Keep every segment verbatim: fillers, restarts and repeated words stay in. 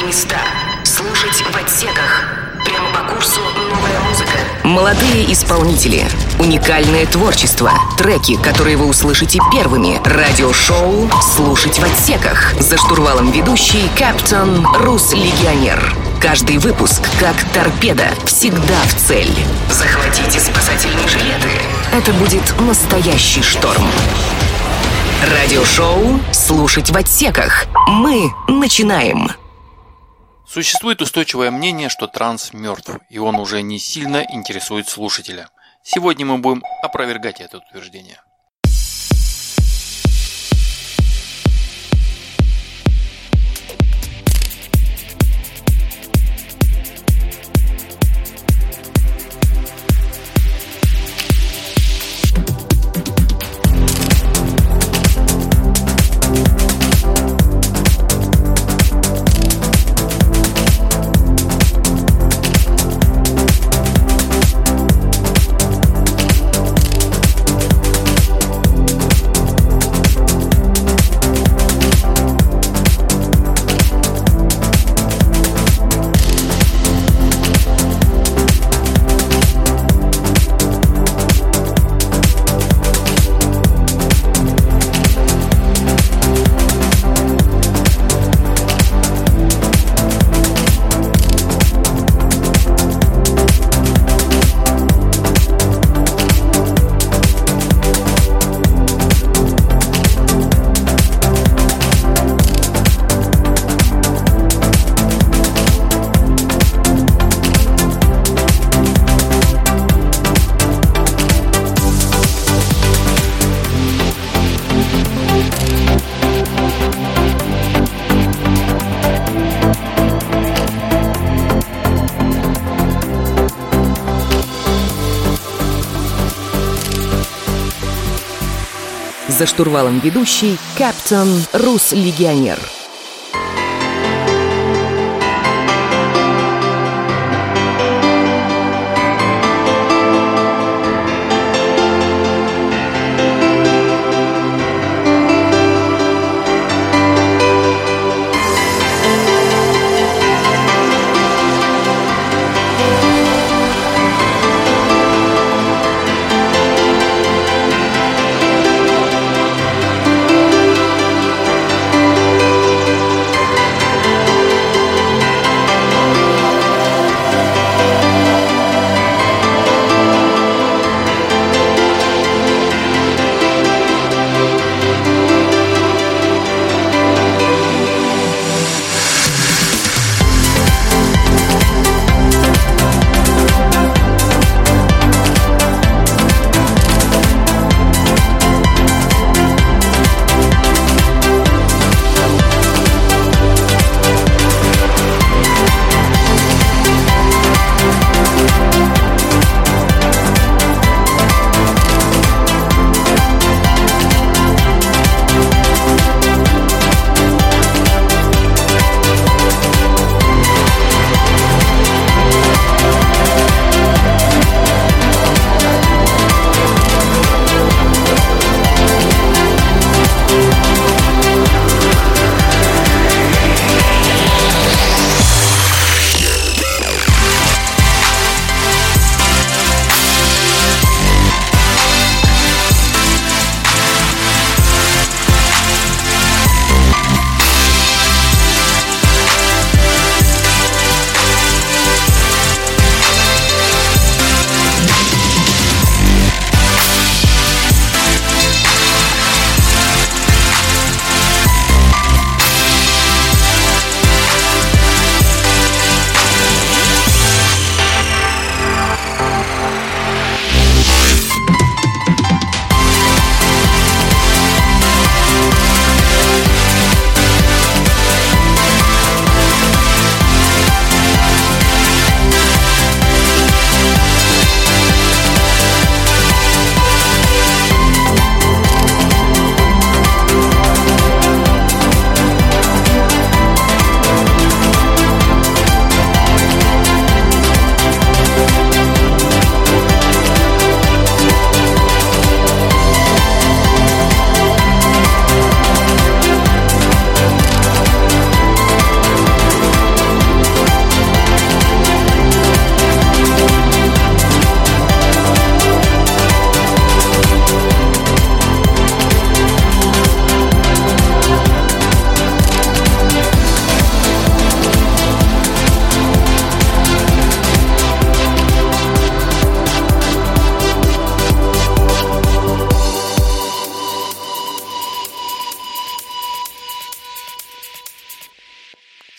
Свободные места. Слушать в отсеках. Прямо по курсу новая музыка. Молодые исполнители. Уникальное творчество. Треки, которые вы услышите первыми. Радиошоу «Слушать в отсеках». За штурвалом ведущий Кэптон Рус Легионер. Каждый выпуск как торпеда. Всегда в цель. Захватите спасательные жилеты. Это будет настоящий шторм. Радиошоу «Слушать в отсеках». Мы начинаем. Существует устойчивое мнение, что транс мертв, и он уже не сильно интересует слушателя. Сегодня мы будем опровергать это утверждение. За штурвалом ведущий Кэптон Рус Легионер.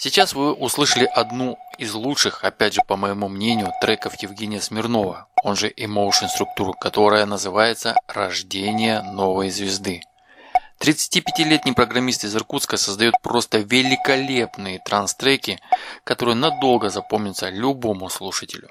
Сейчас вы услышали одну из лучших, опять же по моему мнению, треков Евгения Смирнова, он же Emotion Structure, которая называется «Рождение новой звезды». тридцатипятилетний программист из Иркутска создает просто великолепные транс-треки, которые надолго запомнятся любому слушателю.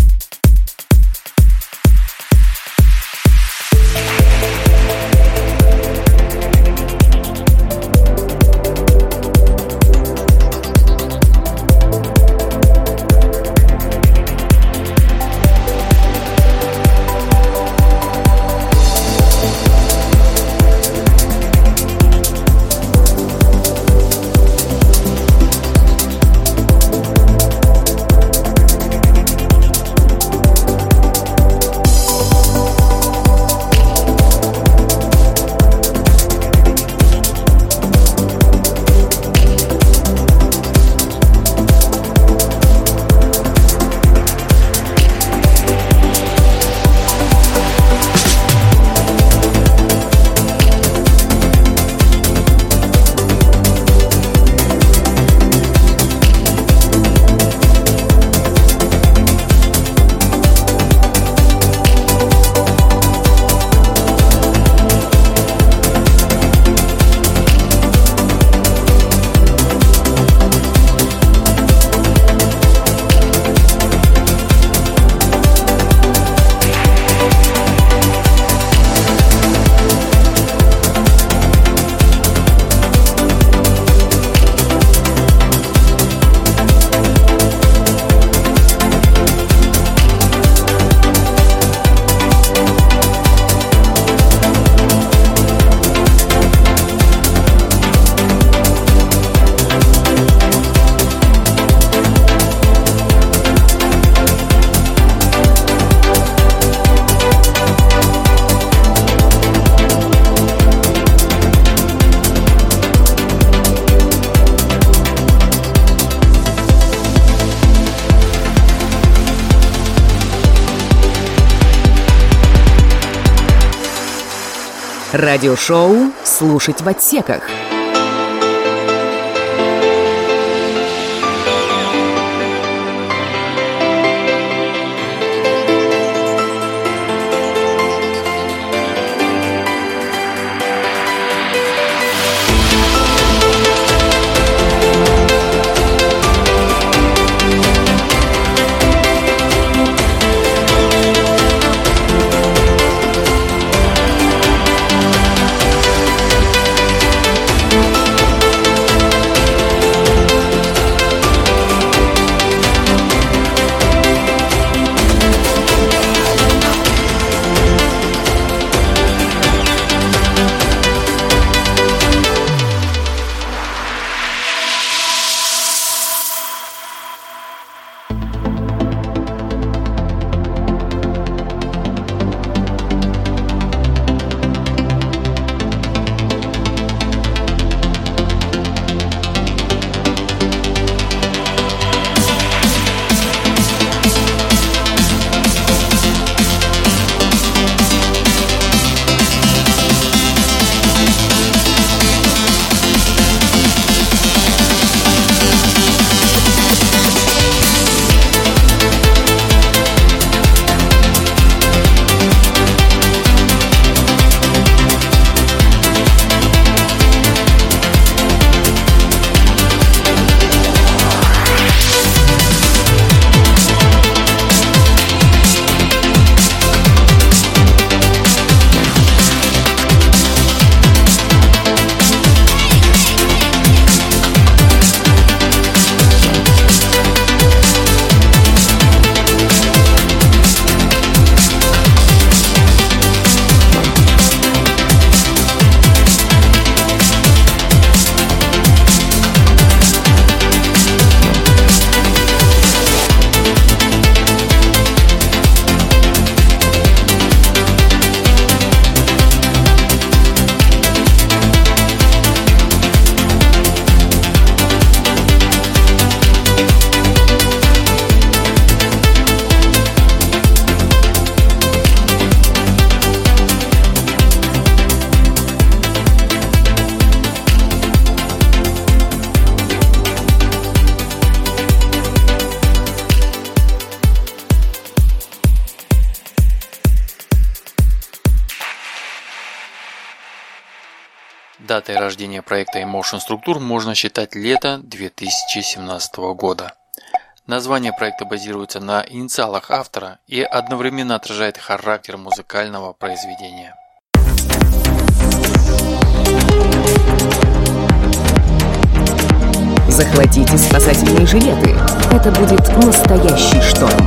Радиошоу «Слушать в отсеках». Датой рождения проекта Emotion Structure можно считать лето две тысячи семнадцатого года. Название проекта базируется на инициалах автора и одновременно отражает характер музыкального произведения. Захватите спасательные жилеты. Это будет настоящий шторм.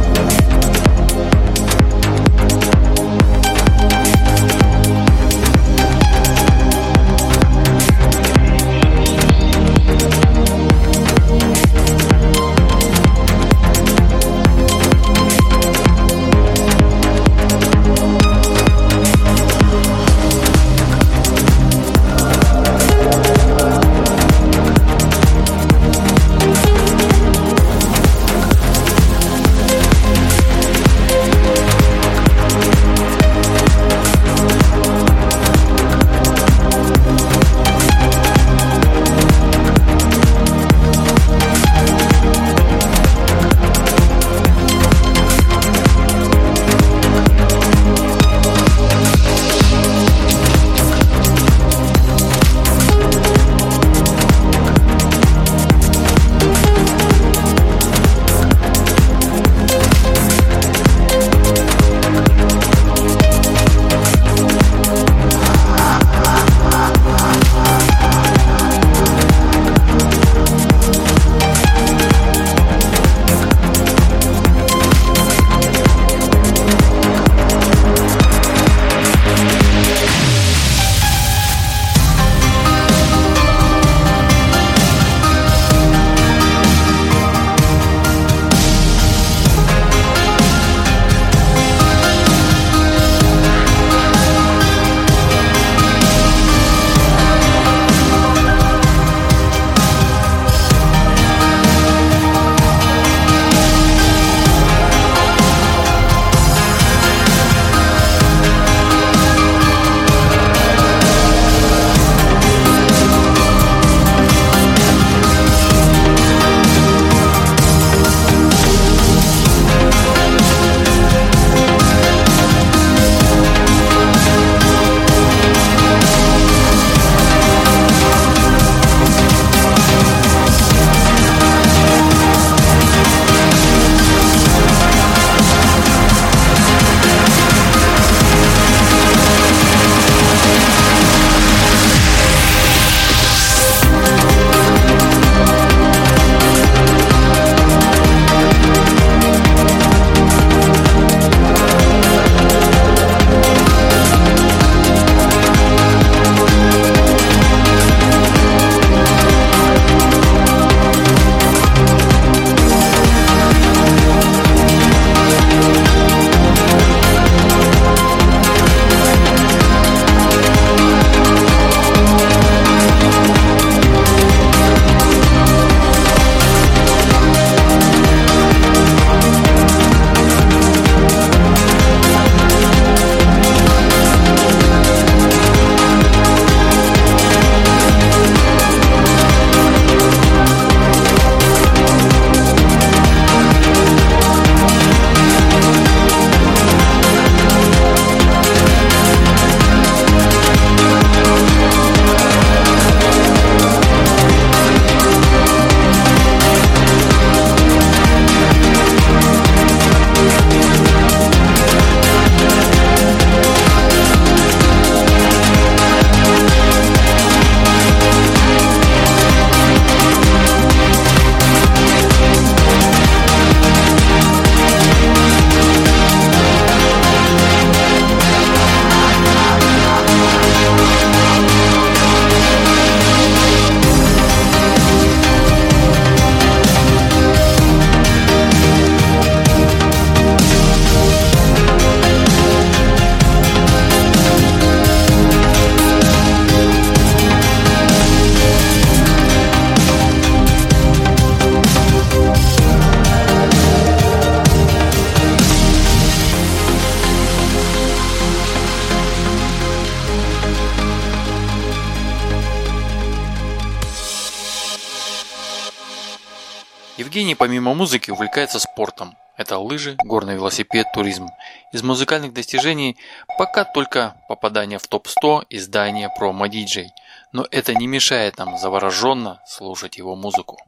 Евгений помимо музыки увлекается спортом. Это лыжи, горный велосипед, туризм. Из музыкальных достижений пока только попадание в топ сто издания Promo ди джей. Но это не мешает нам завороженно слушать его музыку.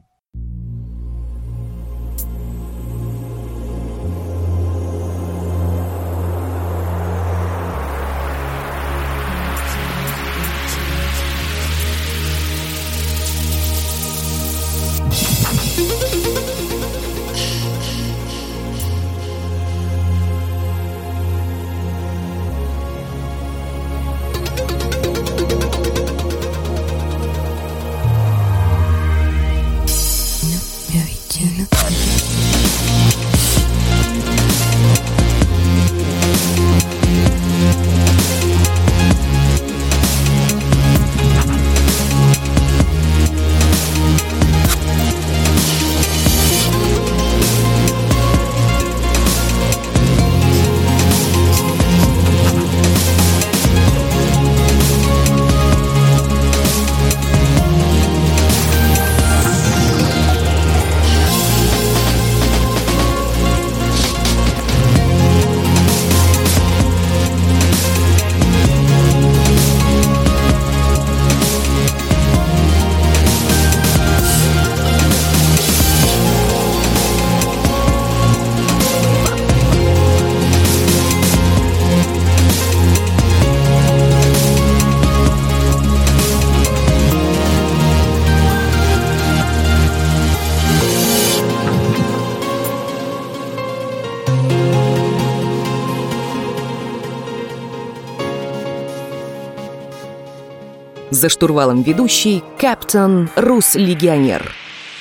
За штурвалом ведущий Кэптон Рус Легионер.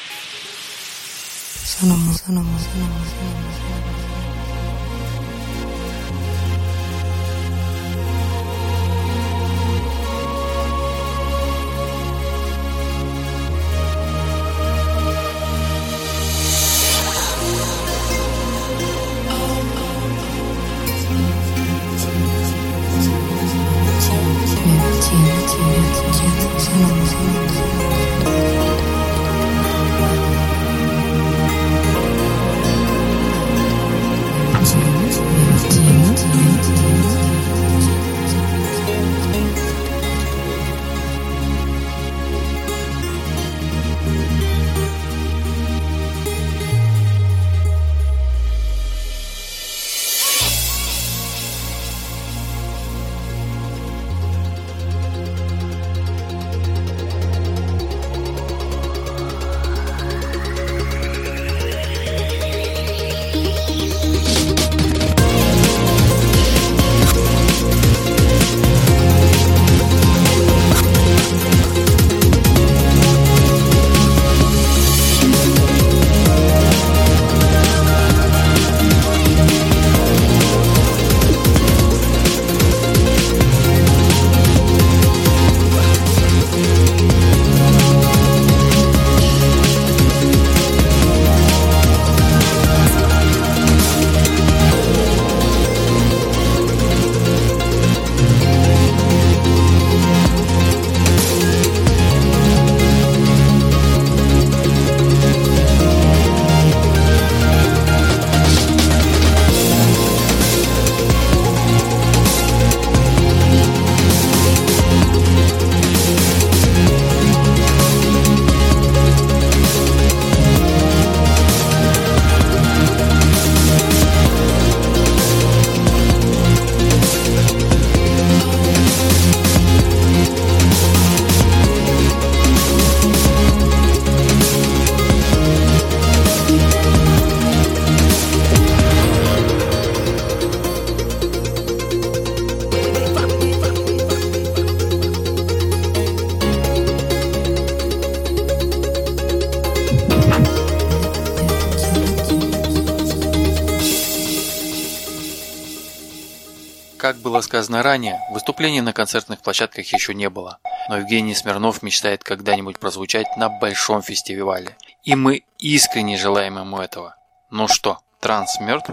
Как было сказано ранее, выступлений на концертных площадках еще не было, но Евгений Смирнов мечтает когда-нибудь прозвучать на большом фестивале. И мы искренне желаем ему этого. Ну что, транс мертв?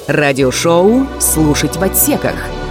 Радиошоу «Слушать в отсеках».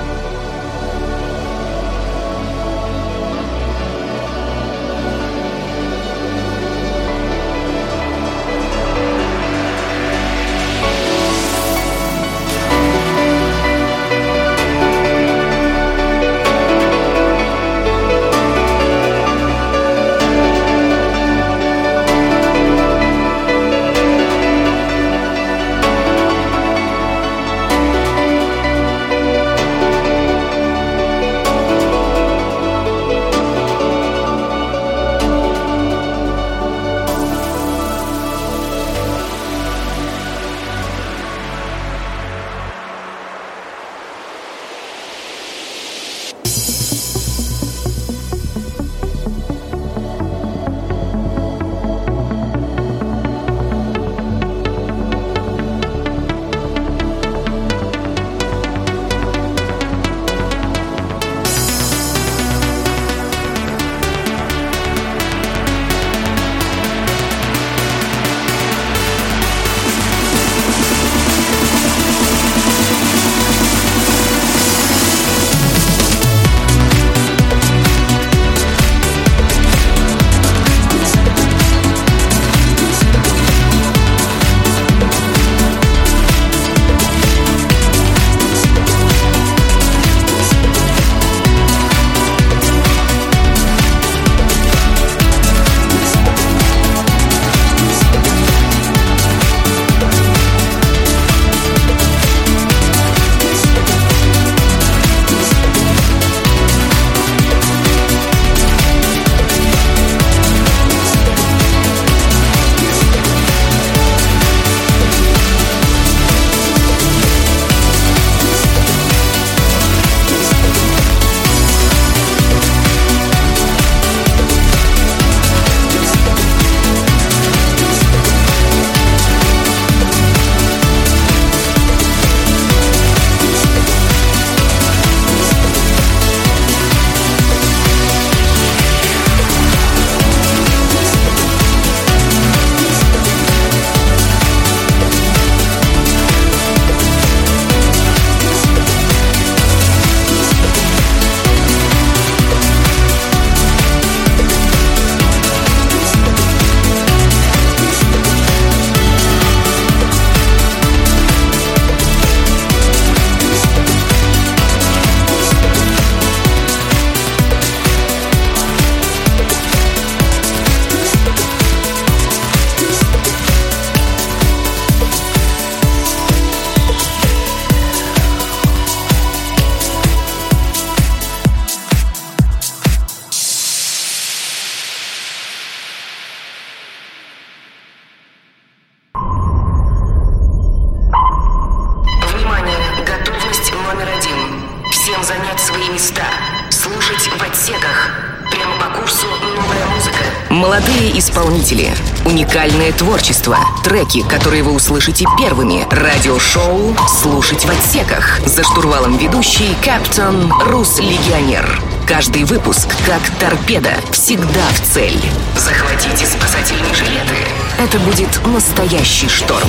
Молодые исполнители, уникальное творчество, треки, которые вы услышите первыми. Радиошоу «Слушать в отсеках». За штурвалом ведущий Кэптон Рус Легионер. Каждый выпуск, как торпеда, всегда в цель. Захватите спасательные жилеты. Это будет настоящий шторм.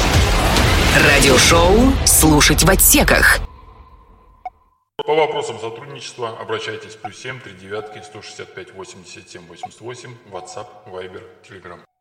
Радиошоу «Слушать в отсеках». По вопросам сотрудничества обращайтесь плюс семь три девятки сто шестьдесят пять восемьдесят семь восемьдесят восемь, WhatsApp, Viber, Telegram.